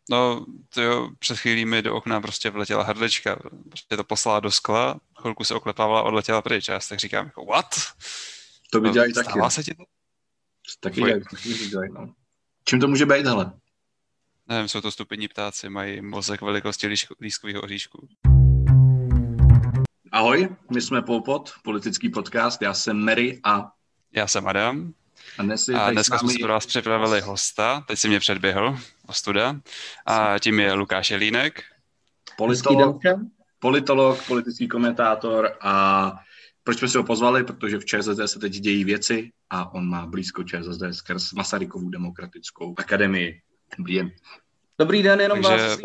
No, to jo, před chvílí mi do okna prostě vletěla hrdlička, prostě to poslala do skla, chvilku se oklepávala a odletěla pryč. A já si tak říkám, jako, what? To by No, dělají taky. stává se ti to? Taky dělají, no. Čím to může být, hele? Nevím, jsou to stupidní ptáci, mají mozek velikosti lískového oříšku. Ahoj, my jsme Polpot, politický podcast, já jsem Mary a... Já jsem Adam. A dneska jsme si pro vás připravili hosta, teď si mě předběhl, ostuda, a tím je Lukáš Jelínek. Politolog, politický komentátor a proč jsme si ho pozvali? Protože v ČSSD se teď dějí věci a on má blízko ČSSD skrz Masarykovu demokratickou akademii. Dobrý den. Dobrý den, jenom vás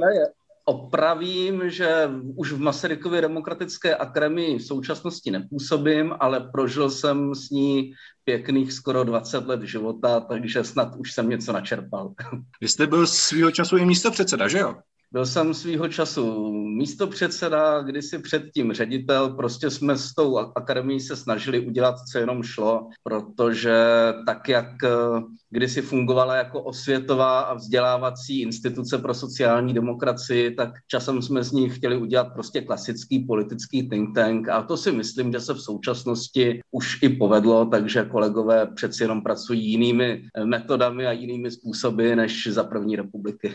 opravím, že už v Masarykově demokratické akademii v současnosti nepůsobím, ale prožil jsem s ní pěkných skoro 20 let života, takže snad už jsem něco načerpal. Vy jste byl svýho času i místopředseda, že jo? Byl jsem svýho času místopředseda, kdysi předtím ředitel, prostě jsme s tou akademií se snažili udělat, co jenom šlo, protože tak, jak kdysi fungovala jako osvětová a vzdělávací instituce pro sociální demokracii, tak časem jsme z ní chtěli udělat prostě klasický politický think tank a to si myslím, že se v současnosti už i povedlo, takže kolegové přeci jenom pracují jinými metodami a jinými způsoby než za první republiky.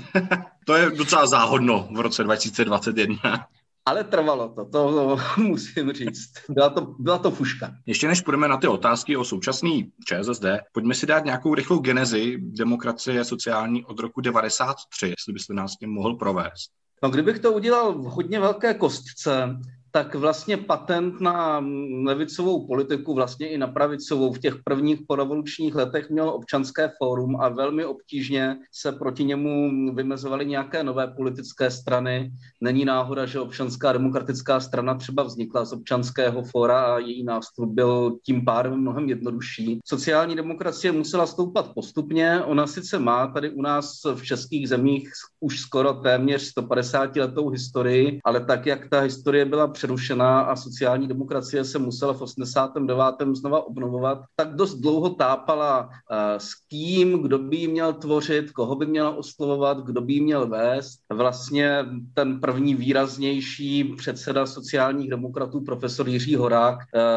To je docela záhodno v roce 2021. Ale trvalo to musím říct. Byla to fuška. Ještě než půjdeme na ty otázky o současný ČSSD, pojďme si dát nějakou rychlou genezi demokracie sociální od roku 1993, jestli byste nás tím mohl provést. No, kdybych to udělal v hodně velké kostce, tak vlastně patent na levicovou politiku, vlastně i na pravicovou v těch prvních porevolučních letech mělo Občanské fórum a velmi obtížně se proti němu vymezovaly nějaké nové politické strany. Není náhoda, že Občanská demokratická strana třeba vznikla z Občanského fóra a její nástup byl tím pádem mnohem jednodušší. Sociální demokracie musela stoupat postupně. Ona sice má tady u nás v českých zemích už skoro téměř 150 letou historii, ale tak, jak ta historie byla přerušená a sociální demokracie se musela v 89. znova obnovovat, tak dost dlouho tápala s kým, kdo by ji měl tvořit, koho by měla oslovovat, kdo by ji měl vést. Vlastně ten první výraznější předseda sociálních demokratů, profesor Jiří Horák,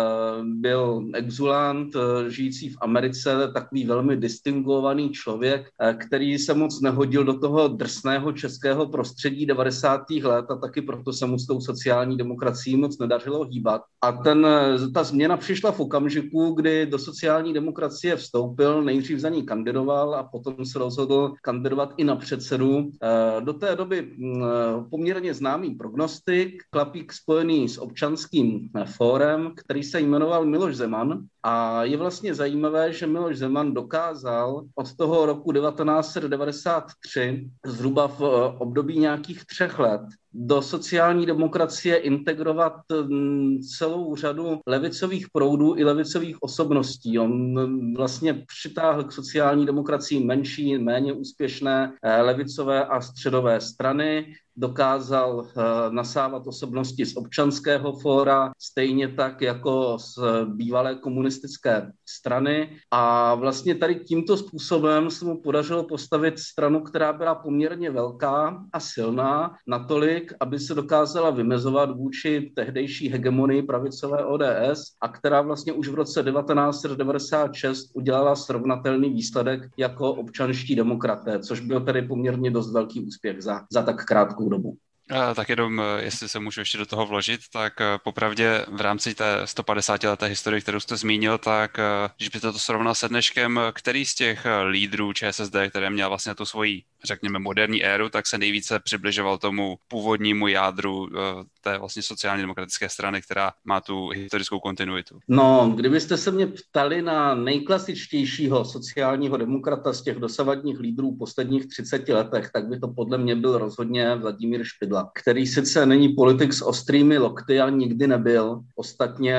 byl exulant, žijící v Americe, takový velmi distinguovaný člověk, který se moc nehodil do toho drsného českého prostředí 90. let a taky proto se mu s tou sociální demokracií moc nedařilo hýbat. A ta změna přišla v okamžiku, kdy do sociální demokracie vstoupil, nejdřív za ní kandidoval a potom se rozhodl kandidovat i na předsedu. Do té doby poměrně známý prognostik, chlapík spojený s Občanským fórem, který se jmenoval Miloš Zeman. A je vlastně zajímavé, že Miloš Zeman dokázal od toho roku 1993, zhruba v období nějakých 3 let, do sociální demokracie integrovat celou řadu levicových proudů i levicových osobností. On vlastně přitáhl k sociální demokracii menší, méně úspěšné levicové a středové strany, dokázal nasávat osobnosti z Občanského fóra, stejně tak jako z bývalé komunistické strany. A vlastně tady tímto způsobem se mu podařilo postavit stranu, která byla poměrně velká a silná, natolik, aby se dokázala vymezovat vůči tehdejší hegemonii pravicové ODS a která vlastně už v roce 1996 udělala srovnatelný výsledek jako občanští demokraté, což byl tedy poměrně dost velký úspěch za tak krátkou dobu. Tak jenom, jestli se můžu ještě do toho vložit, tak popravdě v rámci té 150 leté historie, kterou jste zmínil, tak když byste to srovnal se dneškem, který z těch lídrů ČSSD, které měl vlastně tu svoji, řekněme, moderní éru, tak se nejvíce přibližoval tomu původnímu jádru té vlastně sociálně demokratické strany, která má tu historickou kontinuitu? No, kdybyste se mě ptali na nejklasičtějšího sociálního demokrata z těch dosavadních lídrů v posledních 30 letech, tak by to podle mě byl rozhodně Vladimír Špidla. Nečase, který sice není politik s ostrými lokty a nikdy nebyl. Ostatně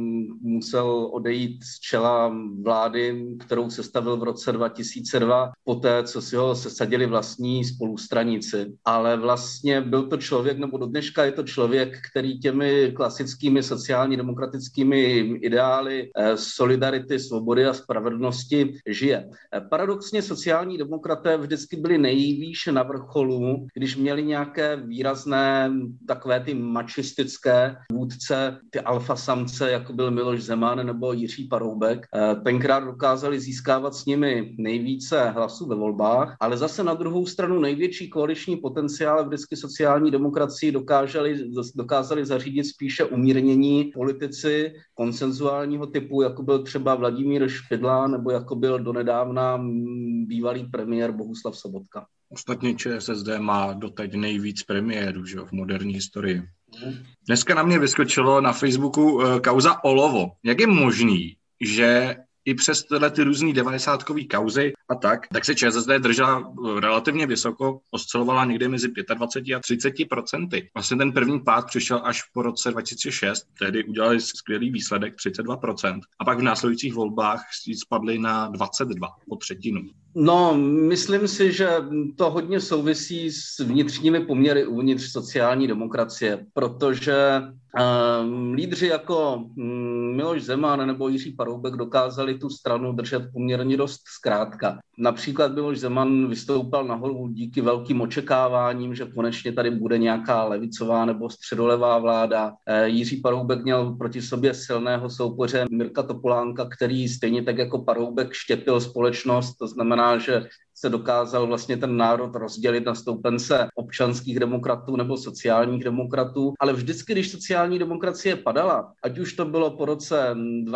musel odejít z čela vlády, kterou sestavil v roce 2002, poté, co si ho sesadili vlastní spolustraníci. Ale vlastně byl to člověk, nebo do dneška je to člověk, který těmi klasickými sociálně demokratickými ideály solidarity, svobody a spravedlnosti žije. Paradoxně sociální demokraté vždycky byli nejvýš na vrcholu, když měli nějaké výrazné takové ty mačistické vůdce, ty alfasamce, jako byl Miloš Zeman nebo Jiří Paroubek. Tenkrát dokázali získávat s nimi nejvíce hlasů ve volbách, ale zase na druhou stranu největší koaliční potenciál vždycky sociální demokracii dokázali zařídit spíše umírnění politici konsenzuálního typu, jako byl třeba Vladimír Špidla nebo jako byl donedávna bývalý premiér Bohuslav Sobotka. Ostatně ČSSD má doteď nejvíc premiérů, že jo, v moderní historii. Dneska na mě vyskočilo na Facebooku kauza Olovo. Jak je možný, že i přes ty různý 90kový kauzy a tak se ČSSD držela relativně vysoko, oscilovala někde mezi 25 a 30%. Vlastně ten první pád přišel až po roce 2006, tehdy udělali skvělý výsledek 32%. A pak v následujících volbách spadly na 22, o třetinu. No, myslím si, že to hodně souvisí s vnitřními poměry uvnitř sociální demokracie, protože lídři jako Miloš Zeman nebo Jiří Paroubek dokázali tu stranu držet poměrně dost zkrátka. Například Miloš Zeman vystoupal nahoru díky velkým očekáváním, že konečně tady bude nějaká levicová nebo středolevá vláda. Jiří Paroubek měl proti sobě silného soupeře Mirka Topolánka, který stejně tak jako Paroubek štěpil společnost, to znamená, že se dokázal vlastně ten národ rozdělit na stoupence občanských demokratů nebo sociálních demokratů, ale vždycky, když sociální demokracie padala, ať už to bylo po roce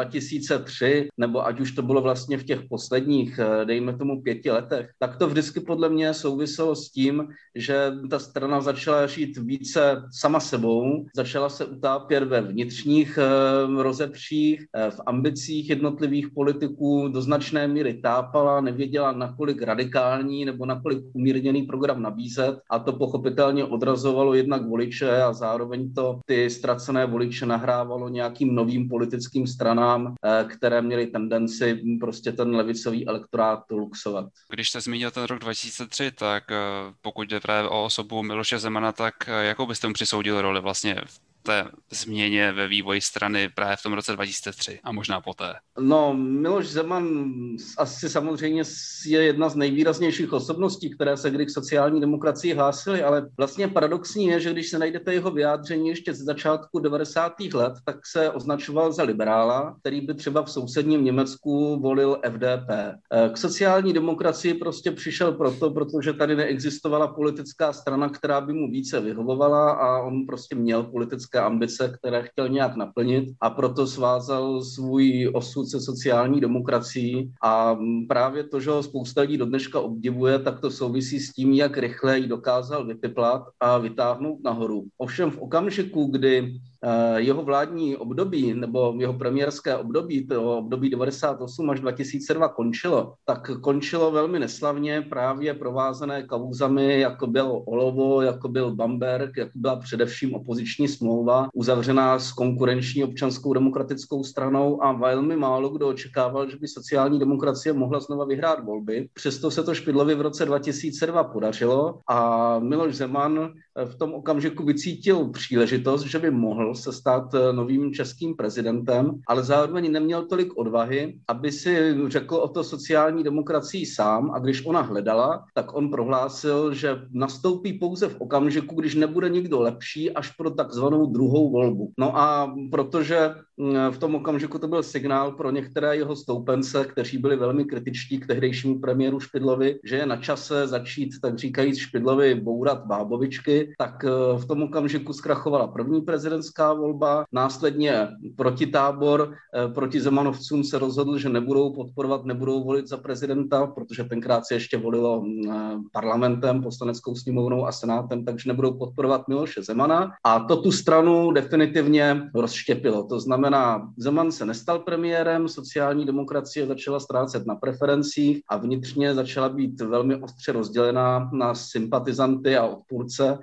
2003, nebo ať už to bylo vlastně v těch posledních, dejme tomu 5 letech, tak to vždycky podle mě souviselo s tím, že ta strana začala žít více sama sebou, začala se utápět ve vnitřních rozepřích, v ambicích jednotlivých politiků, do značné míry tápala, nevěděla, nakolik radikální nebo nakolik umírněný program nabízet, a to pochopitelně odrazovalo jednak voliče a zároveň to ty ztracené voliče nahrávalo nějakým novým politickým stranám, které měly tendenci prostě ten levicový elektorát luxovat. Když jste zmínil ten rok 2003, tak pokud jde právě o osobu Miloše Zemana, tak jakou byste mu přisoudil roli vlastně v té změně ve vývoji strany právě v tom roce 2003 a možná poté? No, Miloš Zeman asi samozřejmě je jedna z nejvýraznějších osobností, které se kdy k sociální demokracii hlásily, ale vlastně paradoxní je, že když se najdete jeho vyjádření ještě ze začátku 90. let, tak se označoval za liberála, který by třeba v sousedním Německu volil FDP. K sociální demokracii prostě přišel protože tady neexistovala politická strana, která by mu více vyhovovala, a on prostě měl politické ambice, které chtěl nějak naplnit, a proto svázal svůj osud se sociální demokracií, a právě to, že ho spousta lidí do dneška obdivuje, tak to souvisí s tím, jak rychle ji dokázal vypiplat a vytáhnout nahoru. Ovšem v okamžiku, kdy jeho vládní období nebo jeho premiérské období, to období 98 až 2002 končilo, tak končilo velmi neslavně, právě provázené kauzami, jako bylo Olovo, jako byl Bamberg, jako byla především opoziční smlouva uzavřená s konkurenční občanskou demokratickou stranou, a velmi málo kdo očekával, že by sociální demokracie mohla znova vyhrát volby. Přesto se to Špidlovi v roce 2002 podařilo a Miloš Zeman v tom okamžiku vycítil příležitost, že by mohl se stát novým českým prezidentem, ale zároveň neměl tolik odvahy, aby si řekl o to sociální demokracii sám, a když ona hledala, tak on prohlásil, že nastoupí pouze v okamžiku, když nebude nikdo lepší, až pro takzvanou druhou volbu. No a protože v tom okamžiku to byl signál pro některé jeho stoupence, kteří byli velmi kritičtí k tehdejšímu premiéru Špidlovi, že je na čase začít, tak říkajíc, Špidlovi bourat bábovičky, tak v tom okamžiku zkrachovala první prezidentská volba, následně protitábor proti Zemanovcům se rozhodl, že nebudou volit za prezidenta, protože tenkrát se ještě volilo parlamentem, poslaneckou sněmovnou a senátem, takže nebudou podporovat Miloše Zemana, a to tu stranu definitivně rozštěpilo. To znamená, Zeman se nestal premiérem, sociální demokracie začala ztrácet na preferencích a vnitřně začala být velmi ostře rozdělená na sympatizanty a odpůrce.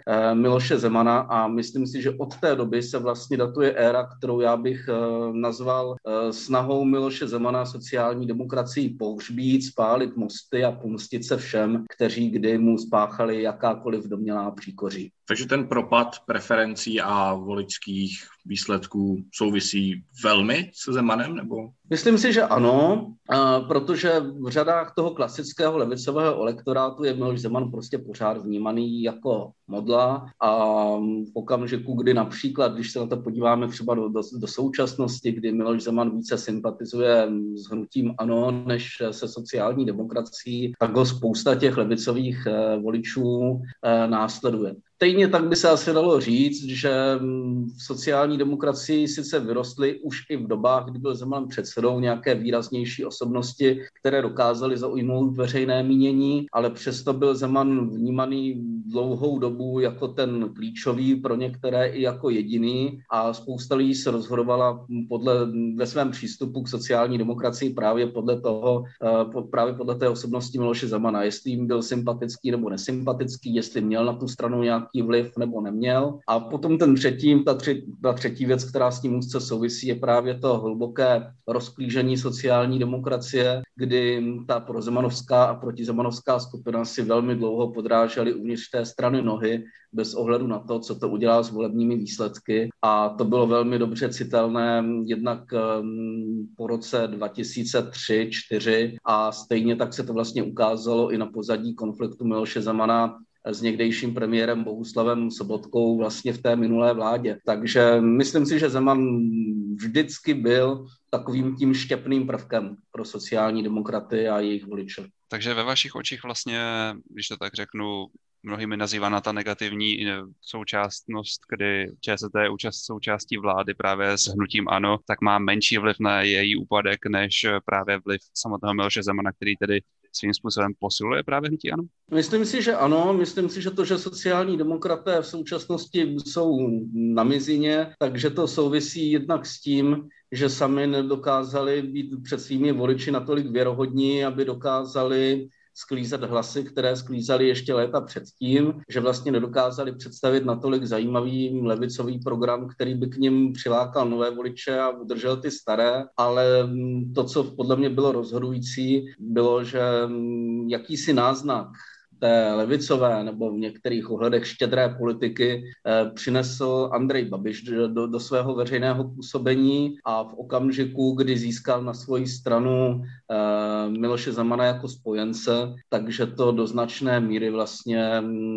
Miloše Zemana a myslím si, že od té doby se vlastně datuje éra, kterou já bych nazval snahou Miloše Zemana sociální demokracii pohřbít, spálit mosty a pomstit se všem, kteří kdy mu spáchali jakákoliv domnělá příkoří. Takže ten propad preferencí a voličských výsledků souvisí velmi se Zemanem, nebo? Myslím si, že ano, protože v řadách toho klasického levicového elektorátu je Miloš Zeman prostě pořád vnímaný jako modla a v okamžiku, kdy například, když se na to podíváme třeba do současnosti, kdy Miloš Zeman více sympatizuje s hnutím ANO než se sociální demokracií, tak ho spousta těch levicových voličů následuje. Stejně tak by se asi dalo říct, že v sociální demokracii sice vyrostly už i v dobách, kdy byl Zeman předsedou, nějaké výraznější osobnosti, které dokázaly zaujmout veřejné mínění, ale přesto byl Zeman vnímaný dlouhou dobu jako ten klíčový, pro některé i jako jediný a spousta lidí se rozhodovala ve svém přístupu k sociální demokracii právě podle té osobnosti Miloše Zemana, jestli jim byl sympatický nebo nesympatický, jestli měl na tu stranu nějaký vliv nebo neměl. A potom ta třetí věc, která s tím úzce souvisí, je právě to hluboké rozklížení sociální demokracie, kdy ta prozemanovská a protizemanovská skupina si velmi dlouho podrážely uvnitř té strany nohy, bez ohledu na to, co to udělá s volebními výsledky. A to bylo velmi dobře citelné jednak po roce 2003-2004 a stejně tak se to vlastně ukázalo i na pozadí konfliktu Miloše Zemana s někdejším premiérem Bohuslavem Sobotkou vlastně v té minulé vládě. Takže myslím si, že Zeman vždycky byl takovým tím štěpným prvkem pro sociální demokraty a jejich voliče. Takže ve vašich očích vlastně, když to tak řeknu, mnohými nazývána ta negativní součástnost, kdy ČSSD je součástí vlády právě s hnutím ANO, tak má menší vliv na její úpadek, než právě vliv samotného Miloše Zemana, který tedy svým způsobem posiluje právě hnutí ANO? Myslím si, že ano. Myslím si, že to, že sociální demokraté v současnosti jsou na mizině, takže to souvisí jednak s tím, že sami nedokázali být před svými voliči natolik věrohodní, aby dokázali sklízet hlasy, které sklízali ještě léta předtím, že vlastně nedokázali představit natolik zajímavý levicový program, který by k nim přilákal nové voliče a udržel ty staré, ale to, co podle mě bylo rozhodující, bylo, že jakýsi náznak té levicové nebo v některých ohledech štědré politiky přinesl Andrej Babiš do svého veřejného působení a v okamžiku, kdy získal na svoji stranu Miloše Zemana jako spojence, takže to do značné míry vlastně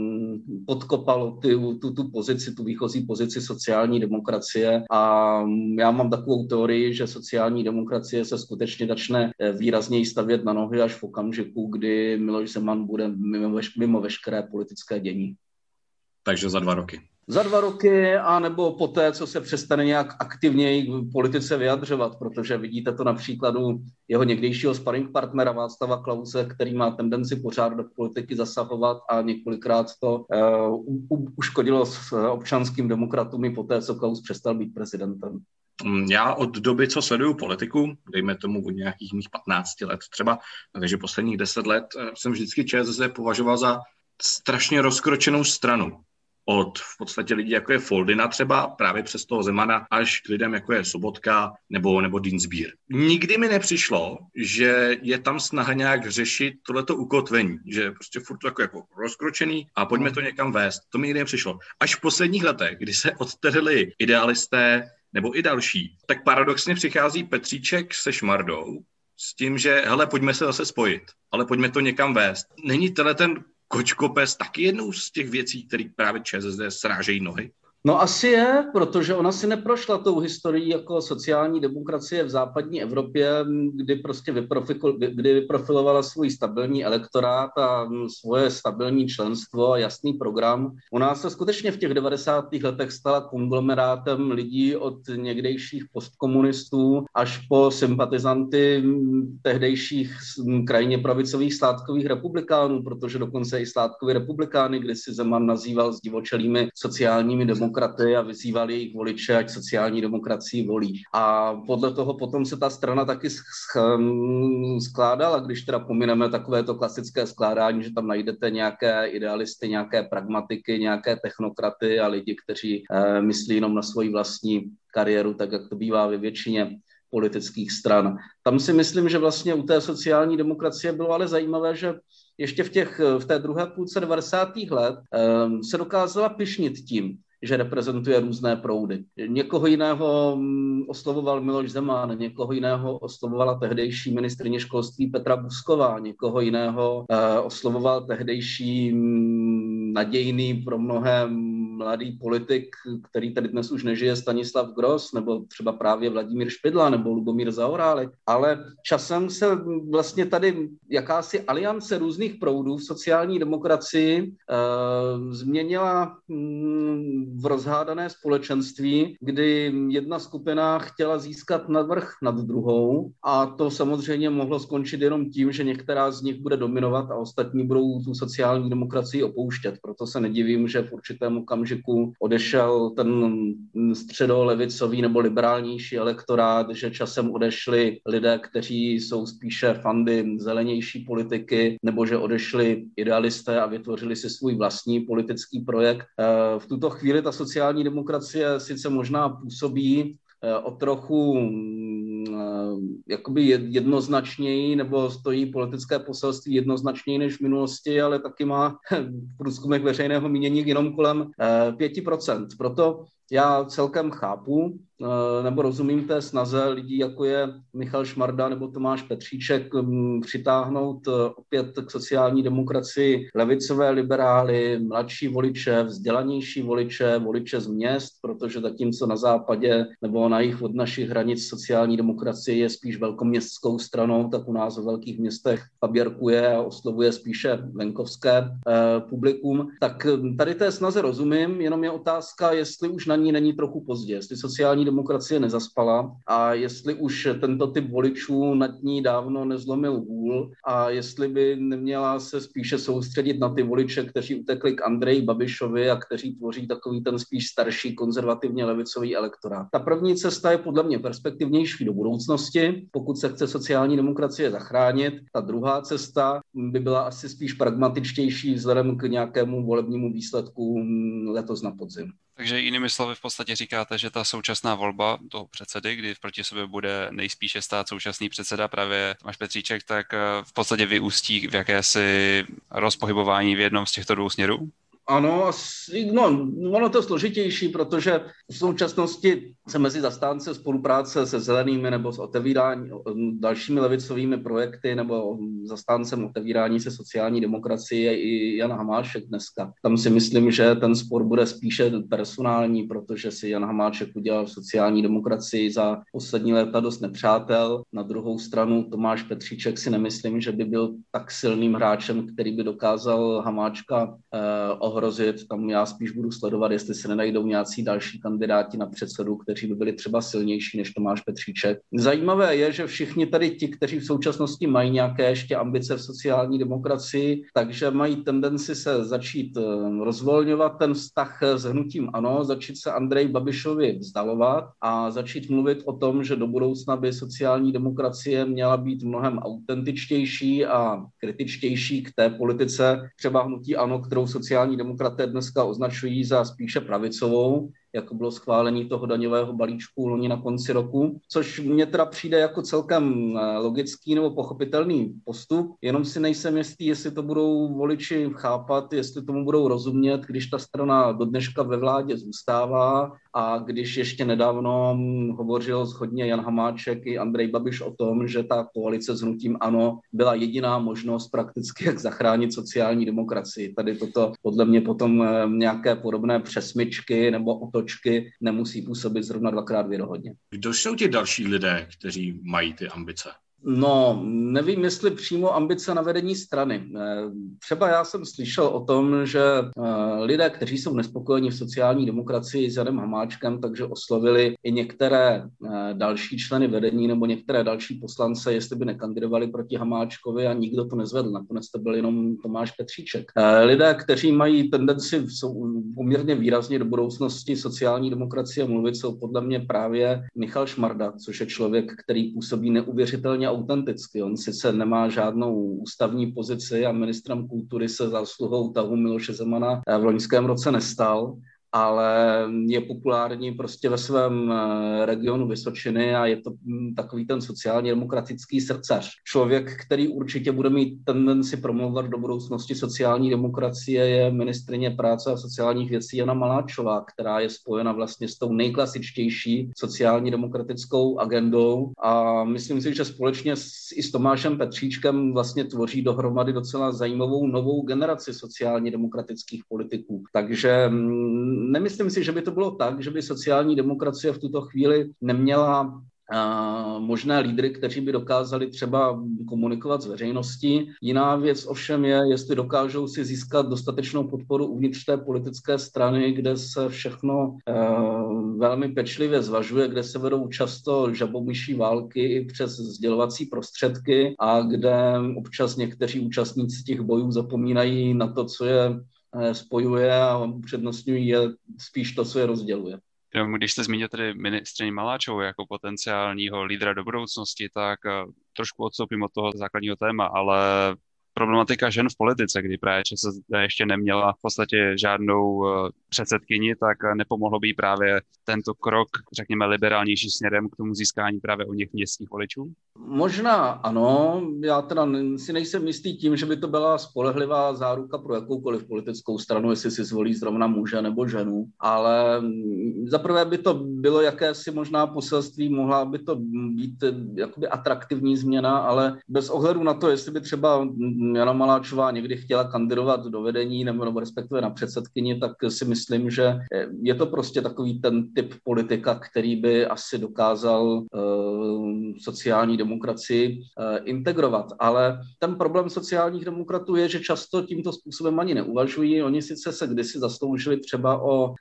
podkopalo tu pozici, tu výchozí pozici sociální demokracie a já mám takovou teorii, že sociální demokracie se skutečně začne výrazněji stavět na nohy až v okamžiku, kdy Miloš Zeman bude mimo veškeré politické dění. Takže za 2 roky. Za 2 roky, anebo poté, co se přestane nějak aktivněji k politice vyjadřovat, protože vidíte to na příkladu jeho někdejšího sparring partnera Václava Klause, který má tendenci pořád do politiky zasahovat a několikrát to uškodilo s občanským demokratům i poté, co Klaus přestal být prezidentem. Já od doby, co sleduju politiku, dejme tomu od nějakých mých 15 let třeba, takže posledních 10 let jsem vždycky ČSSD považoval za strašně rozkročenou stranu. Od v podstatě lidí, jako je Foldina třeba, právě přes toho Zemana, až k lidem, jako je Sobotka nebo Dienstbier. Nikdy mi nepřišlo, že je tam snaha nějak řešit tohleto ukotvení, že prostě furt to jako rozkročený a pojďme to někam vést. To mi nikdy nepřišlo. Až v posledních letech, kdy se odtrhli idealisté nebo i další, tak paradoxně přichází Petříček se Šmardou s tím, že hele, pojďme se zase spojit, ale pojďme to někam vést. Není tenhle ten kočkopes taky jednou z těch věcí, které právě ČSSD srážejí nohy? No asi je, protože ona si neprošla tou historií jako sociální demokracie v západní Evropě, kdy prostě vyprofilovala svůj stabilní elektorát a svoje stabilní členstvo a jasný program. U nás se skutečně v těch 90. letech stala konglomerátem lidí od někdejších postkomunistů až po sympatizanty tehdejších krajně pravicových sládkových republikánů, protože dokonce i sládkoví republikány, kdy si Zeman nazýval zdivočelými sociálními demokraty, demokraty a vyzýval jejich voliče, ať sociální demokracii volí. A podle toho potom se ta strana taky skládala, když teda pomineme takové to klasické skládání, že tam najdete nějaké idealisty, nějaké pragmatiky, nějaké technokraty a lidi, kteří myslí jenom na svoji vlastní kariéru, tak jak to bývá ve většině politických stran. Tam si myslím, že vlastně u té sociální demokracie bylo ale zajímavé, že ještě v té druhé půlce 90. let se dokázala pyšnit tím, že reprezentuje různé proudy. Někoho jiného oslovoval Miloš Zeman, někoho jiného oslovovala tehdejší ministryně školství Petra Buzková, někoho jiného oslovoval tehdejší nadějný pro mnohé mladý politik, který tady dnes už nežije, Stanislav Gross, nebo třeba právě Vladimír Špidla, nebo Lubomír Zaorálek. Ale časem se vlastně tady jakási aliance různých proudů v sociální demokracii změnila v rozhádané společenství, kdy jedna skupina chtěla získat navrch nad druhou a to samozřejmě mohlo skončit jenom tím, že některá z nich bude dominovat a ostatní budou tu sociální demokracii opouštět. Proto se nedivím, že v určitém okamžiku odešel ten středolevicový nebo liberálnější elektorát, že časem odešli lidé, kteří jsou spíše fandy zelenější politiky, nebo že odešli idealisté a vytvořili si svůj vlastní politický projekt. V tuto chvíli ta sociální demokracie sice možná působí o trochu jakoby jednoznačněji, nebo stojí politické poselství jednoznačněji než v minulosti, ale taky má v průzkumech veřejného mínění jenom kolem 5%. Proto já celkem chápu nebo rozumím té snaze lidí, jako je Michal Šmarda nebo Tomáš Petříček, přitáhnout opět k sociální demokracii levicové liberály, mladší voliče, vzdělanější voliče, voliče z měst, protože zatímco na západě nebo na jih od našich hranic sociální demokracie je spíš velkoměstskou stranou, tak u nás ve velkých městech paběrkuje a oslovuje spíše venkovské publikum. Tak tady té snaze rozumím, jenom je otázka, jestli už na ní není trochu pozdě, jestli sociální demokracie nezaspala a jestli už tento typ voličů nad ní dávno nezlomil hůl a jestli by neměla se spíše soustředit na ty voliče, kteří utekli k Andreji Babišovi a kteří tvoří takový ten spíš starší konzervativně levicový elektorát. Ta první cesta je podle mě perspektivnější do budoucnosti, pokud se chce sociální demokracie zachránit. Ta druhá cesta by byla asi spíš pragmatičtější vzhledem k nějakému volebnímu výsledku letos na podzim. Takže jinými slovy v podstatě říkáte, že ta současná volba toho předsedy, kdy proti sobě bude nejspíše stát současný předseda právě Tomáš Petříček, tak v podstatě vyústí v jakési rozpohybování v jednom z těchto dvou směrů? Ano, ono to složitější, protože v současnosti se mezi zastánce spolupráce se zelenými nebo s dalšími levicovými projekty nebo zastáncem otevírání se sociální demokracie je i Jan Hamáček dneska. Tam si myslím, že ten spor bude spíše personální, protože si Jan Hamáček udělal sociální demokracii za poslední léta dost nepřátel. Na druhou stranu Tomáš Petříček si nemyslím, že by byl tak silným hráčem, který by dokázal Hamáčka ohrozit. Tam já spíš budu sledovat, jestli se nenajdou nějací další kandidáti na předsedu, kteří by byli třeba silnější než Tomáš Petříček. Zajímavé je, že všichni tady ti, kteří v současnosti mají nějaké ještě ambice v sociální demokracii, takže mají tendenci se začít rozvolňovat ten vztah s hnutím ANO, začít se Andreji Babišovi vzdalovat a začít mluvit o tom, že do budoucna by sociální demokracie měla být mnohem autentičtější a kritičtější k té politice třeba hnutí ANO, kterou sociální demokraté dneska označují za spíše pravicovou, jako bylo schválení toho daňového balíčku loni na konci roku, což mně teda přijde jako celkem logický nebo pochopitelný postup, jenom si nejsem jistý, jestli to budou voliči chápat, jestli tomu budou rozumět, když ta strana do dneška ve vládě zůstává a když ještě nedávno hovořil shodně Jan Hamáček i Andrej Babiš o tom, že ta koalice s hnutím ANO byla jediná možnost prakticky, jak zachránit sociální demokracii. Tady toto podle mě potom nějaké podobné přesmyčky nebo otočky nemusí působit zrovna dvakrát věrohodně. Kdo jsou ti další lidé, kteří mají ty ambice? No, nevím, jestli přímo ambice na vedení strany. Třeba já jsem slyšel o tom, že lidé, kteří jsou nespokojeni v sociální demokracii s Janem Hamáčkem, takže oslovili i některé další členy vedení nebo některé další poslance, jestli by nekandidovali proti Hamáčkovi, a nikdo to nezvedl. Nakonec to byl jenom Tomáš Petříček. Lidé, kteří mají tendenci poměrně výrazně do budoucnosti sociální demokracie mluvit, jsou podle mě právě Michal Šmarda, což je člověk, který působí neuvěřitelně autenticky. On sice nemá žádnou ústavní pozici a ministrem kultury se zásluhou tahu Miloše Zemana v loňském roce nestal, ale je populární prostě ve svém regionu Vysočiny a je to takový ten sociálně demokratický srdcař. Člověk, který určitě bude mít tendenci promlouvat do budoucnosti sociální demokracie, je ministryně práce a sociálních věcí Jana Maláčová, která je spojena vlastně s tou nejklasičtější sociální demokratickou agendou, a myslím si, že společně i s Tomášem Petříčkem vlastně tvoří dohromady docela zajímavou novou generaci sociálně demokratických politiků. Takže nemyslím si, že by to bylo tak, že by sociální demokracie v tuto chvíli neměla možné lídry, kteří by dokázali třeba komunikovat s veřejností. Jiná věc ovšem je, jestli dokážou si získat dostatečnou podporu uvnitř té politické strany, kde se všechno velmi pečlivě zvažuje, kde se vedou často žabomyší války i přes sdělovací prostředky a kde občas někteří účastníci těch bojů zapomínají na to, co je spojuje, a upřednostňují je spíš to, co je rozděluje. Když jste zmínil tedy ministryni Maláčovou jako potenciálního lídra do budoucnosti, tak trošku odstoupím od toho základního téma, ale problematika žen v politice, kdy právě ČSSD ještě neměla v podstatě žádnou předsedkyni, tak nepomohlo by jí právě tento krok, řekněme, liberálnější směrem k tomu získání právě o něch městských voličů? Možná ano, já teda si nejsem jistý tím, že by to byla spolehlivá záruka pro jakoukoliv politickou stranu, jestli si zvolí zrovna muže nebo ženu, ale zaprvé by to bylo jakési možná poselství, mohla by to být jakoby atraktivní změna, ale bez ohledu na to, jestli by třeba Jana Maláčová někdy chtěla kandidovat do vedení nebo respektive na předsedkyni, tak si myslím, že je to prostě takový ten typ politika, který by asi dokázal sociální demokracii integrovat. Ale ten problém sociálních demokratů je, že často tímto způsobem ani neuvažují. Oni sice se kdysi zasloužili třeba o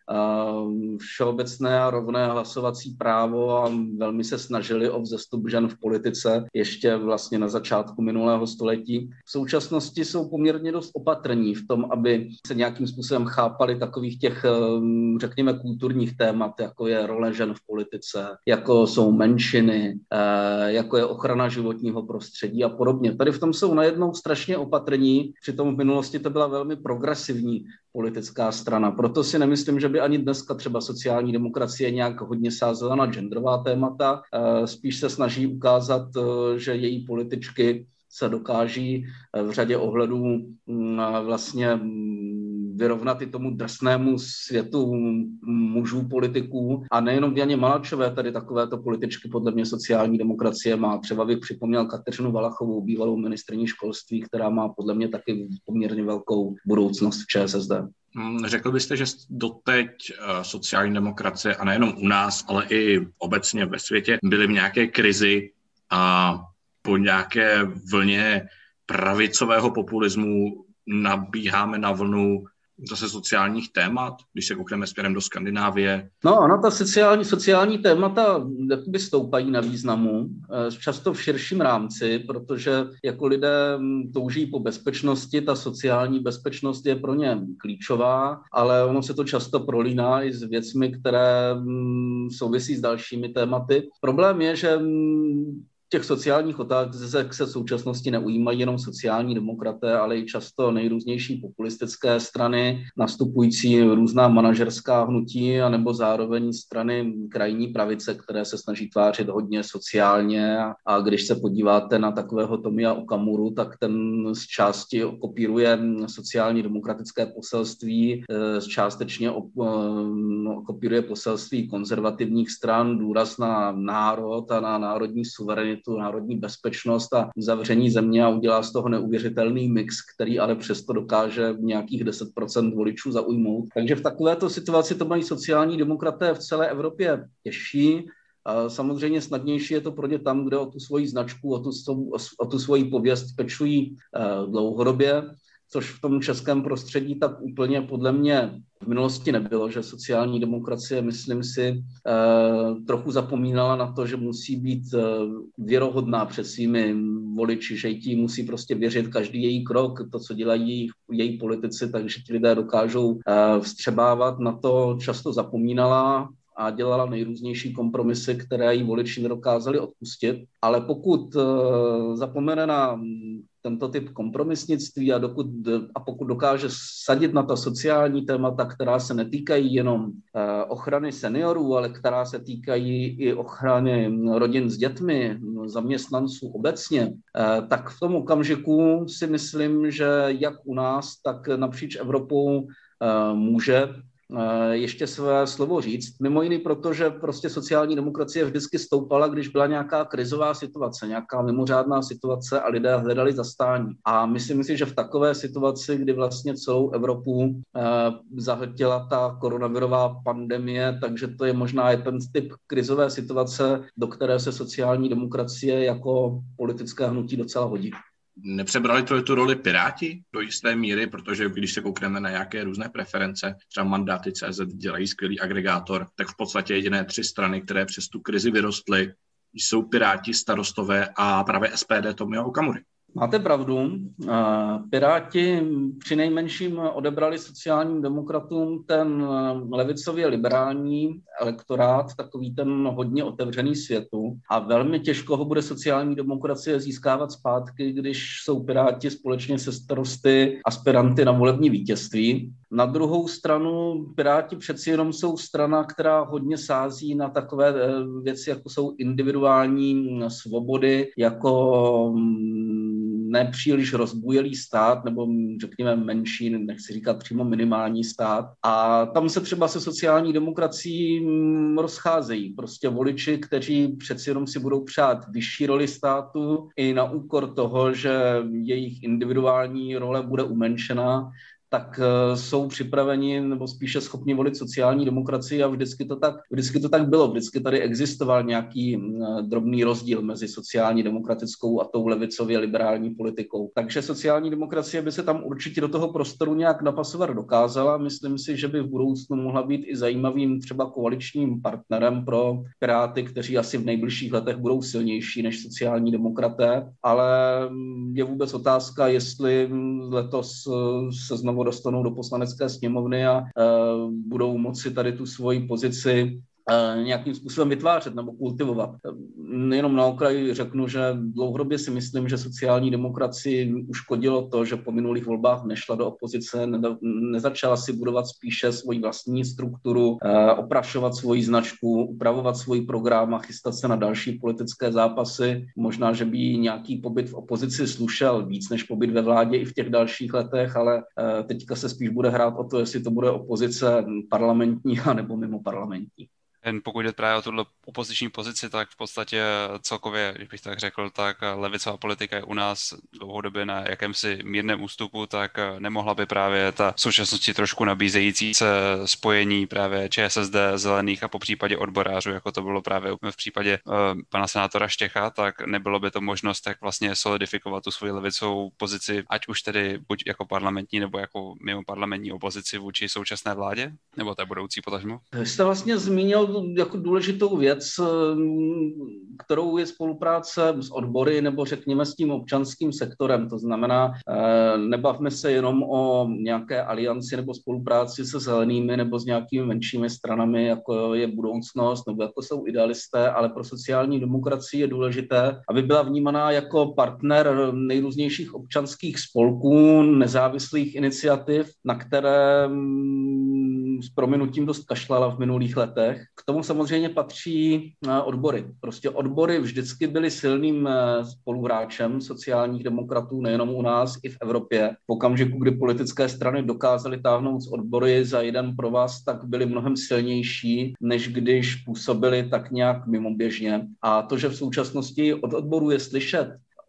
všeobecné a rovné hlasovací právo a velmi se snažili o vzestup žen v politice ještě vlastně na začátku minulého století. V současnosti jsou poměrně dost opatrní v tom, aby se nějakým způsobem chápali takových těch, řekněme, kulturních témat, jako je role žen v politice, jako jsou menšiny, jako je ochrana životního prostředí a podobně. Tady v tom jsou najednou strašně opatrní, přitom v minulosti to byla velmi progresivní politická strana. Proto si nemyslím, že by ani dneska třeba sociální demokracie nějak hodně sázela na genderová témata, spíš se snaží ukázat, že její političky se dokáží v řadě ohledů vlastně vyrovnat i tomu drsnému světu mužů politiků. A nejenom v Janě Maláčové, tady takovéto političky podle mě sociální demokracie má. Třeba bych připomněl Kateřinu Valachovou, bývalou ministryni školství, která má podle mě taky poměrně velkou budoucnost v ČSSD. Řekl byste, že doteď sociální demokracie, a nejenom u nás, ale i obecně ve světě, byly v nějaké krizi a po nějaké vlně pravicového populismu nabíháme na vlnu zase sociálních témat, když se koukneme směrem do Skandinávie? No, ona ta sociální témata jakoby stoupají na významu, často v širším rámci, protože jako lidé touží po bezpečnosti, ta sociální bezpečnost je pro ně klíčová, ale ono se to často prolíná i s věcmi, které souvisí s dalšími tématy. Problém je, že těch sociálních otázek se v současnosti neujímají jenom sociální demokraté, ale i často nejrůznější populistické strany, nastupující různá manažerská hnutí, anebo zároveň strany krajní pravice, které se snaží tvářit hodně sociálně. A když se podíváte na takového Tomia Okamuru, tak ten z části kopíruje sociální demokratické poselství, částečně kopíruje poselství konzervativních stran, důraz na národ a na národní suverenitu, národní bezpečnost a uzavření země, a udělá z toho neuvěřitelný mix, který ale přesto dokáže nějakých 10% voličů zaujmout. Takže v takovéto situaci to mají sociální demokraté v celé Evropě těžší. A samozřejmě snadnější je to pro ně tam, kde o tu svoji značku, o tu svoji pověst pečují dlouhodobě, což v tom českém prostředí tak úplně podle mě v minulosti nebylo, že sociální demokracie, myslím si, trochu zapomínala na to, že musí být věrohodná před svými voliči, že jí musí prostě věřit každý její krok, to, co dělají její politici, takže ti lidé dokážou vstřebávat. Na to často zapomínala a dělala nejrůznější kompromisy, které jí voliči nedokázali odpustit. Ale pokud zapomene na tento typ kompromisnictví a pokud dokáže sadit na ta sociální témata, která se netýkají jenom ochrany seniorů, ale která se týkají i ochrany rodin s dětmi, zaměstnanců obecně, tak v tom okamžiku si myslím, že jak u nás, tak napříč Evropou může ještě své slovo říct. Mimo jiný proto, že prostě sociální demokracie vždycky stoupala, když byla nějaká krizová situace, nějaká mimořádná situace a lidé hledali zastání. A myslím si, že v takové situaci, kdy vlastně celou Evropu zahltila ta koronavirová pandemie, takže to je možná ten typ krizové situace, do které se sociální demokracie jako politické hnutí docela hodí. Nepřebrali tu roli Piráti do jisté míry, protože když se koukneme na nějaké různé preference, třeba Mandáty.cz dělají skvělý agregátor, tak v podstatě jediné 3 strany, které přes tu krizi vyrostly, jsou Piráti, Starostové a právě SPD Tomia Okamury. Máte pravdu. Piráti přinejmenším odebrali sociálním demokratům ten levicově liberální elektorát, takový ten hodně otevřený světu a velmi těžko ho bude sociální demokracie získávat zpátky, když jsou Piráti společně se Starosty aspiranty na volební vítězství. Na druhou stranu Piráti přeci jenom jsou strana, která hodně sází na takové věci, jako jsou individuální svobody, jako nepříliš rozbujelý stát, nebo řekněme menší, nechci říkat přímo minimální stát. A tam se třeba se sociální demokracií rozcházejí. Prostě voliči, kteří přeci jenom si budou přát vyšší roli státu i na úkor toho, že jejich individuální role bude umenšena, tak jsou připraveni nebo spíše schopni volit sociální demokracii a vždycky to tak bylo. Vždycky tady existoval nějaký drobný rozdíl mezi sociální demokratickou a tou levicově liberální politikou. Takže sociální demokracie by se tam určitě do toho prostoru nějak napasovat dokázala. Myslím si, že by v budoucnu mohla být i zajímavým třeba koaličním partnerem pro Piráty, kteří asi v nejbližších letech budou silnější než sociální demokraté, ale je vůbec otázka, jestli letos se znovu dostanou do poslanecké sněmovny a budou moci tady tu svoji pozici nějakým způsobem vytvářet nebo kultivovat. Jenom na okraji řeknu, že dlouhodobě si myslím, že sociální demokracii uškodilo to, že po minulých volbách nešla do opozice, nezačala si budovat spíše svoji vlastní strukturu, oprašovat svoji značku, upravovat svůj program a chystat se na další politické zápasy. Možná, že by nějaký pobyt v opozici slušel víc než pobyt ve vládě i v těch dalších letech, ale teďka se spíš bude hrát o to, jestli to bude opozice parlamentní a nebo mimo parlamentní. Jen pokud jde právě o tuto opoziční pozici, tak v podstatě celkově, když bych tak řekl, tak levicová politika je u nás dlouhodobě na jakémsi mírném ústupu, tak nemohla by právě ta v současnosti trošku nabízející se spojení právě ČSSD, zelených a po případě odborářů, jako to bylo právě v případě pana senátora Štěcha, tak nebylo by to možnost tak vlastně solidifikovat tu svoji levicovou pozici, ať už tedy buď jako parlamentní nebo jako mimo parlamentní opozici vůči současné vládě, nebo té budoucí potažmo? Jste vlastně zmínil jako důležitou věc, kterou je spolupráce s odbory nebo řekněme s tím občanským sektorem. To znamená, nebavme se jenom o nějaké alianci nebo spolupráci se zelenými nebo s nějakými menšími stranami, jako je Budoucnost nebo jako jsou Idealisté, ale pro sociální demokracii je důležité, aby byla vnímaná jako partner nejrůznějších občanských spolků, nezávislých iniciativ, na které s prominutím dost kašlala v minulých letech. K tomu samozřejmě patří odbory. Prostě odbory vždycky byly silným spoluhráčem sociálních demokratů, nejenom u nás, i v Evropě. V okamžiku, kdy politické strany dokázaly táhnout z odbory za jeden provaz, tak byly mnohem silnější, než když působili tak nějak mimoběžně. A to, že v současnosti od odboru je slyšet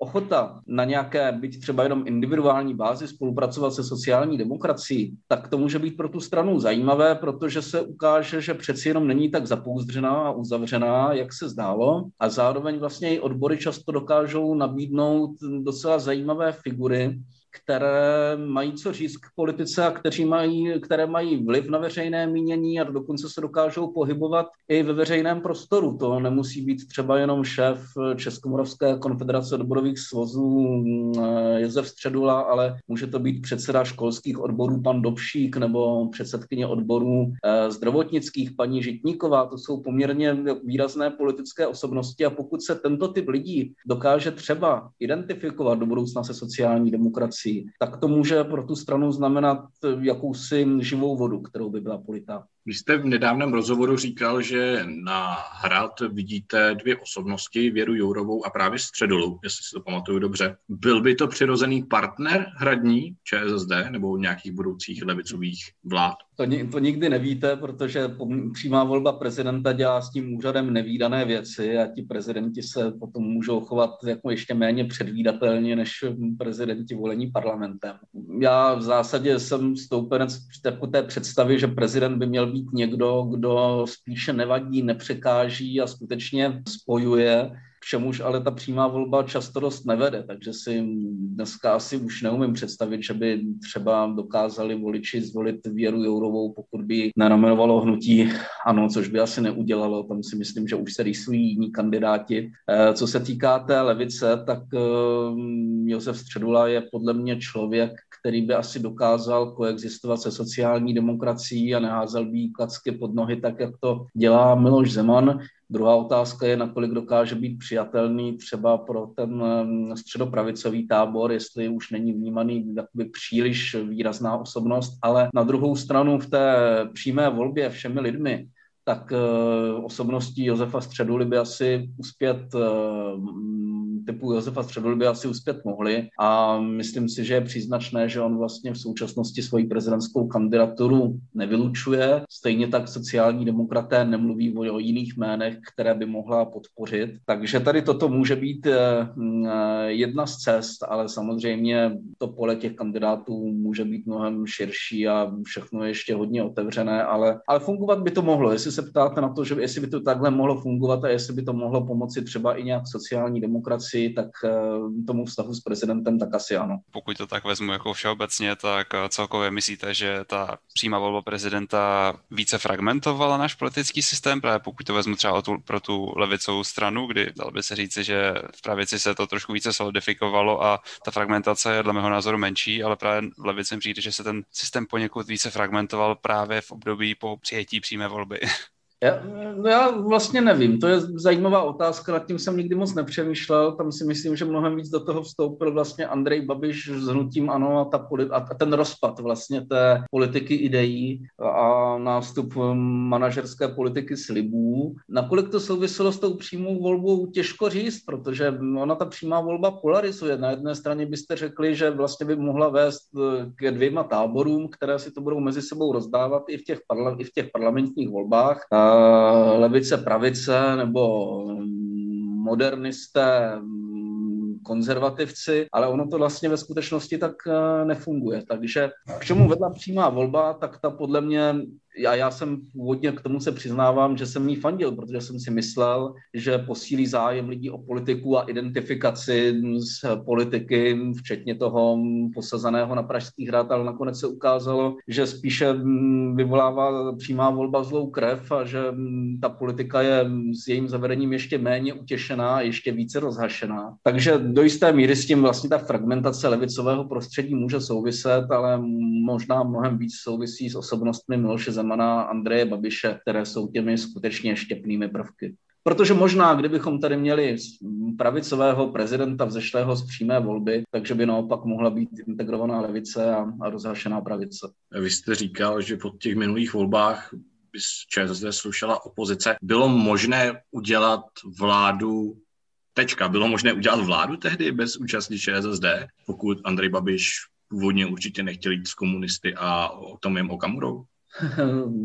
ochota na nějaké, byť třeba jenom individuální bázi spolupracovat se sociální demokracií, tak to může být pro tu stranu zajímavé, protože se ukáže, že přeci jenom není tak zapouzdřená a uzavřená, jak se zdálo, a zároveň vlastně i odbory často dokážou nabídnout docela zajímavé figury, které mají co říct k politice a které mají vliv na veřejné mínění a dokonce se dokážou pohybovat i ve veřejném prostoru. To nemusí být třeba jenom šéf Českomoravské konfederace odborových svazů Josef Středula, ale může to být předseda školských odborů pan Dobšík nebo předsedkyně odborů zdravotnických paní Žitníková. To jsou poměrně výrazné politické osobnosti a pokud se tento typ lidí dokáže třeba identifikovat do budoucna se sociální demokracií, tak to může pro tu stranu znamenat jakousi živou vodu, kterou by byla politá. Vy jste v nedávném rozhovoru říkal, že na Hrad vidíte dvě osobnosti, Věru Jourovou a právě Středulu, jestli si to pamatuju dobře. Byl by to přirozený partner hradní ČSSD nebo nějakých budoucích levicových vlád? To nikdy nevíte, protože přímá volba prezidenta dělá s tím úřadem nevídané věci a ti prezidenti se potom můžou chovat jako ještě méně předvídatelně než prezidenti volení parlamentem. Já v zásadě jsem stoupenec té představy, že prezident by měl být někdo, kdo spíše nevadí, nepřekáží a skutečně spojuje, k čemuž ale ta přímá volba často dost nevede, takže si dneska asi už neumím představit, že by třeba dokázali voliči zvolit Věru Jourovou, pokud by nenamenovalo hnutí ANO, což by asi neudělalo, tam si myslím, že už se rýsují jiní kandidáti. Co se týká té levice, tak Josef Středula je podle mě člověk, který by asi dokázal koexistovat se sociální demokracií a neházel by jí klacky pod nohy, tak jak to dělá Miloš Zeman. Druhá otázka je, nakolik dokáže být přijatelný třeba pro ten středopravicový tábor, jestli už není vnímaný jakoby příliš výrazná osobnost, ale na druhou stranu v té přímé volbě všemi lidmi, tak osobností Josefa Středuly by asi uspět mohli a myslím si, že je příznačné, že on vlastně v současnosti svoji prezidentskou kandidaturu nevylučuje. Stejně tak sociální demokraté nemluví o jiných jménech, které by mohla podpořit. Takže tady toto může být jedna z cest, ale samozřejmě to pole těch kandidátů může být mnohem širší a všechno je ještě hodně otevřené, ale fungovat by to mohlo. Jestli se ptáte na to, že jestli by to takhle mohlo fungovat a jestli by to mohlo pomoci třeba i nějak sociální demokracii, tak tomu vztahu s prezidentem, tak asi ano. Pokud to tak vezmu jako všeobecně, tak celkově myslíte, že ta přímá volba prezidenta více fragmentovala náš politický systém, právě pokud to vezmu třeba pro tu levicovou stranu, kdy dalo by se říci, že v pravici se to trošku více solidifikovalo a ta fragmentace je dle mého názoru menší, ale právě v levici přijde, že se ten systém poněkud více fragmentoval právě v období po přijetí přímé volby. Já vlastně nevím, to je zajímavá otázka, nad tím jsem nikdy moc nepřemýšlel, tam si myslím, že mnohem víc do toho vstoupil vlastně Andrej Babiš s hnutím ANO a ten rozpad vlastně té politiky ideí a nástup manažerské politiky slibů. Nakolik to souviselo s tou přímou volbou, těžko říct, protože ona ta přímá volba polarizuje. Na jedné straně byste řekli, že vlastně by mohla vést k dvěma táborům, které si to budou mezi sebou rozdávat i v těch parlamentních volbách. Levice, pravice nebo modernisté, konzervativci, ale ono to vlastně ve skutečnosti tak nefunguje. Takže k čemu vedla přímá volba, tak ta podle mě, já jsem původně k tomu se přiznávám, že jsem jí fandil, protože jsem si myslel, že posílí zájem lidí o politiku a identifikaci z politiky, včetně toho posazeného na Pražských hrad, ale nakonec se ukázalo, že spíše vyvolává přímá volba zlou krev a že ta politika je s jejím zavedením ještě méně utěšená, ještě více rozhašená. Takže do jisté míry s tím vlastně ta fragmentace levicového prostředí může souviset, ale možná mnohem víc souvisí s osobnostmi Miloše Zemana a Andreje Babiše, které jsou těmi skutečně štěpnými prvky. Protože možná, kdybychom tady měli pravicového prezidenta vzešlého z přímé volby, takže by naopak mohla být integrovaná levice a rozhašená pravice. Vy jste říkal, že po těch minulých volbách by ČSSD slušela opozice. Bylo možné udělat vládu Bylo možné udělat vládu tehdy bez účasti ČSSD, pokud Andrej Babiš původně určitě nechtěl jít s komunisty a o Tomiem Okamurou?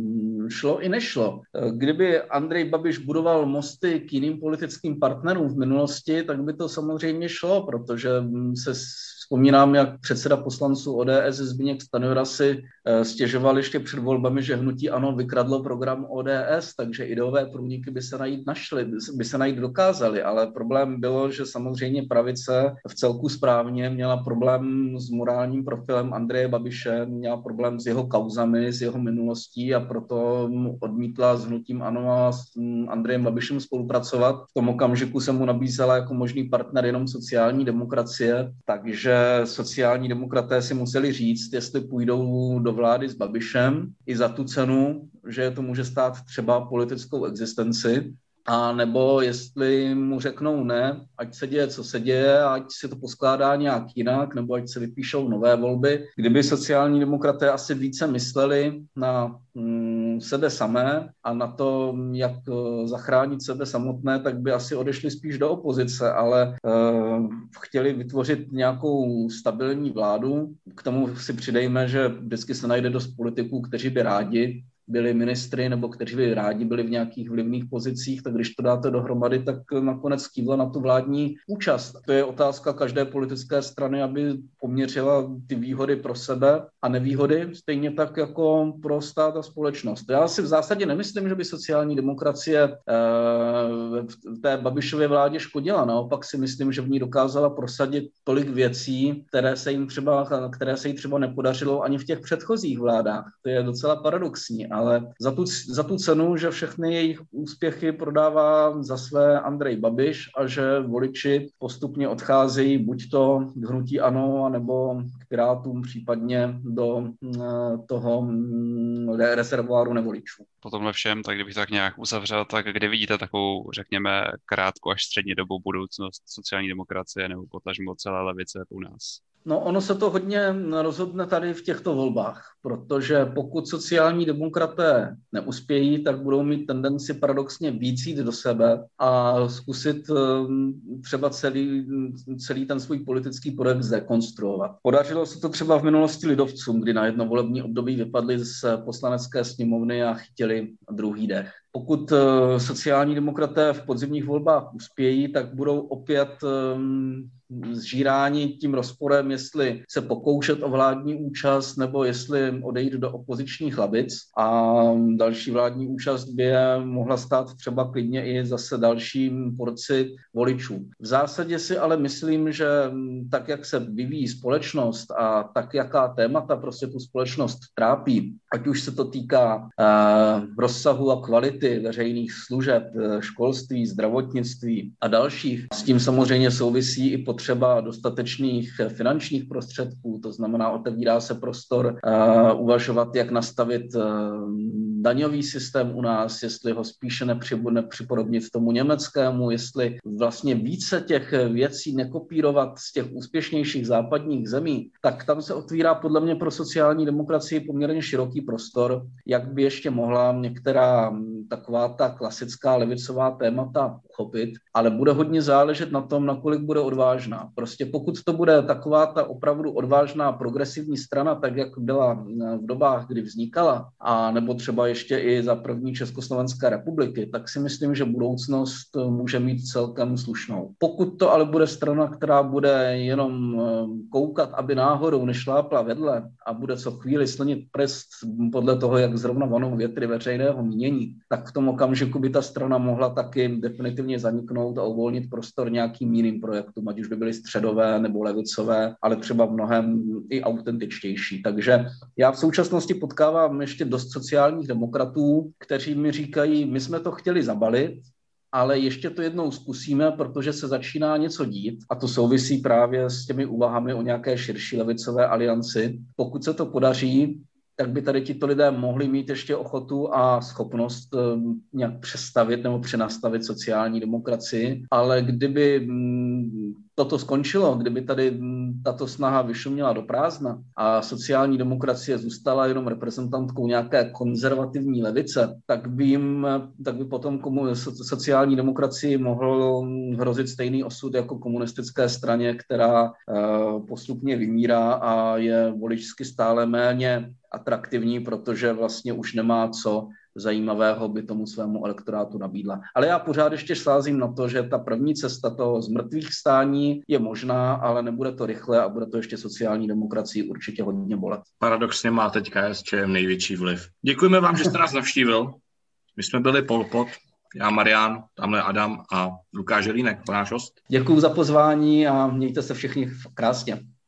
šlo i nešlo. Kdyby Andrej Babiš budoval mosty k jiným politickým partnerům v minulosti, tak by to samozřejmě šlo, protože se vzpomínám, jak předseda poslanců ODS Zbyněk Stanjura si stěžoval ještě před volbami, že hnutí ANO vykradlo program ODS, takže ideové průniky by se najít dokázaly, ale problém bylo, že samozřejmě pravice v celku správně měla problém s morálním profilem Andreje Babiše, měla problém s jeho kauzami, s jeho minulostí a proto odmítla s hnutím ANO a s Andrejem Babišem spolupracovat. V tom okamžiku se mu nabízela jako možný partner jenom sociální demokracie, takže sociální demokraté si museli říct, jestli půjdou do vlády s Babišem i za tu cenu, že to může stát třeba politickou existenci, a nebo jestli mu řeknou ne, ať se děje, co se děje, ať si to poskládá nějak jinak, nebo ať se vypíšou nové volby. Kdyby sociální demokraté asi více mysleli na sebe samé a na to, jak zachránit sebe samotné, tak by asi odešli spíš do opozice, ale chtěli vytvořit nějakou stabilní vládu. K tomu si přidejme, že vždycky se najde dost politiků, kteří by rádi byli ministry nebo kteří by rádi byli v nějakých vlivných pozicích, tak když to dáte dohromady, tak nakonec kývla na tu vládní účast. To je otázka každé politické strany, aby poměřila ty výhody pro sebe a nevýhody, stejně tak jako pro stát a společnost. Já si v zásadě nemyslím, že by sociální demokracie v té Babišově vládě škodila. Naopak si myslím, že v ní dokázala prosadit tolik věcí, které se jí třeba nepodařilo ani v těch předchozích vládách. To je docela paradoxní, ale za tu cenu, že všechny jejich úspěchy prodává za své Andrej Babiš a že voliči postupně odcházejí buď to k hnutí ANO, nebo k Pirátům, případně do toho rezervoáru nevoličů. Po tomhle všem, tak kdybych tak nějak uzavřel, tak kde vidíte takovou, řekněme, krátkou až střednědobou budoucnost sociální demokracie nebo potažmo celé levice u nás? No, ono se to hodně rozhodne tady v těchto volbách, protože pokud sociální demokraté neuspějí, tak budou mít tendenci paradoxně víc jít do sebe a zkusit třeba celý ten svůj politický projekt zrekonstruovat. Podařilo se to třeba v minulosti lidovcům, kdy na jedno volební období vypadli z poslanecké sněmovny a chytili druhý dech. Pokud sociální demokraté v podzimních volbách uspějí, tak budou opět zžíráni tím rozporem, jestli se pokoušet o vládní účast nebo jestli odejít do opozičních lavic a další vládní účast by je mohla stát třeba klidně i zase další porci voličů. V zásadě si ale myslím, že tak, jak se vyvíjí společnost a tak, jaká témata prostě tu společnost trápí, ať už se to týká rozsahu a kvality veřejných služeb, školství, zdravotnictví a dalších, s tím samozřejmě souvisí i potřeba dostatečných finančních prostředků, to znamená, otevírá se prostor uvažovat, jak nastavit daňový systém u nás, jestli ho spíše nepřipodobnit tomu německému, jestli vlastně více těch věcí nekopírovat z těch úspěšnějších západních zemí, tak tam se otvírá podle mě pro sociální demokracii poměrně široký prostor, jak by ještě mohla některá taková ta klasická levicová témata uchopit, ale bude hodně záležet na tom, nakolik bude odvážná. Prostě pokud to bude taková ta opravdu odvážná progresivní strana, tak jak byla v dobách, kdy vznikala, a nebo třeba ještě i za první Československé republiky, tak si myslím, že budoucnost může mít celkem slušnou. Pokud to ale bude strana, která bude jenom koukat, aby náhodou nešlápla vedle a bude co chvíli slnit prst podle toho, jak zrovna vanou větry veřejného mínění, tak v tom okamžiku by ta strana mohla taky definitivně zaniknout a uvolnit prostor nějakým jiným projektům, ať už by byly středové nebo levicové, ale třeba mnohem i autentičtější. Takže já v současnosti potkávám ještě dost sociálních demokratů, kteří mi říkají, my jsme to chtěli zabalit, ale ještě to jednou zkusíme, protože se začíná něco dít a to souvisí právě s těmi úvahami o nějaké širší levicové alianci. Pokud se to podaří, tak by tady tito lidé mohli mít ještě ochotu a schopnost nějak přestavit nebo přenastavit sociální demokracii, ale kdyby toto skončilo, kdyby tady tato snaha vyšuměla do prázdna a sociální demokracie zůstala jenom reprezentantkou nějaké konzervativní levice, tak by potom sociální demokracii mohl hrozit stejný osud jako komunistické straně, která postupně vymírá a je voličsky stále méně atraktivní, protože vlastně už nemá co zajímavého by tomu svému elektorátu nabídla. Ale já pořád ještě sázím na to, že ta první cesta toho z mrtvých stání je možná, ale nebude to rychle a bude to ještě sociální demokracii určitě hodně bolet. Paradoxně má teď KSČM největší vliv. Děkujeme vám, že jste nás navštívil. My jsme byli Pol Pot, já Marián, tamhle Adam a Lukáš Jelínek, náš host. Děkuju za pozvání a mějte se všichni krásně.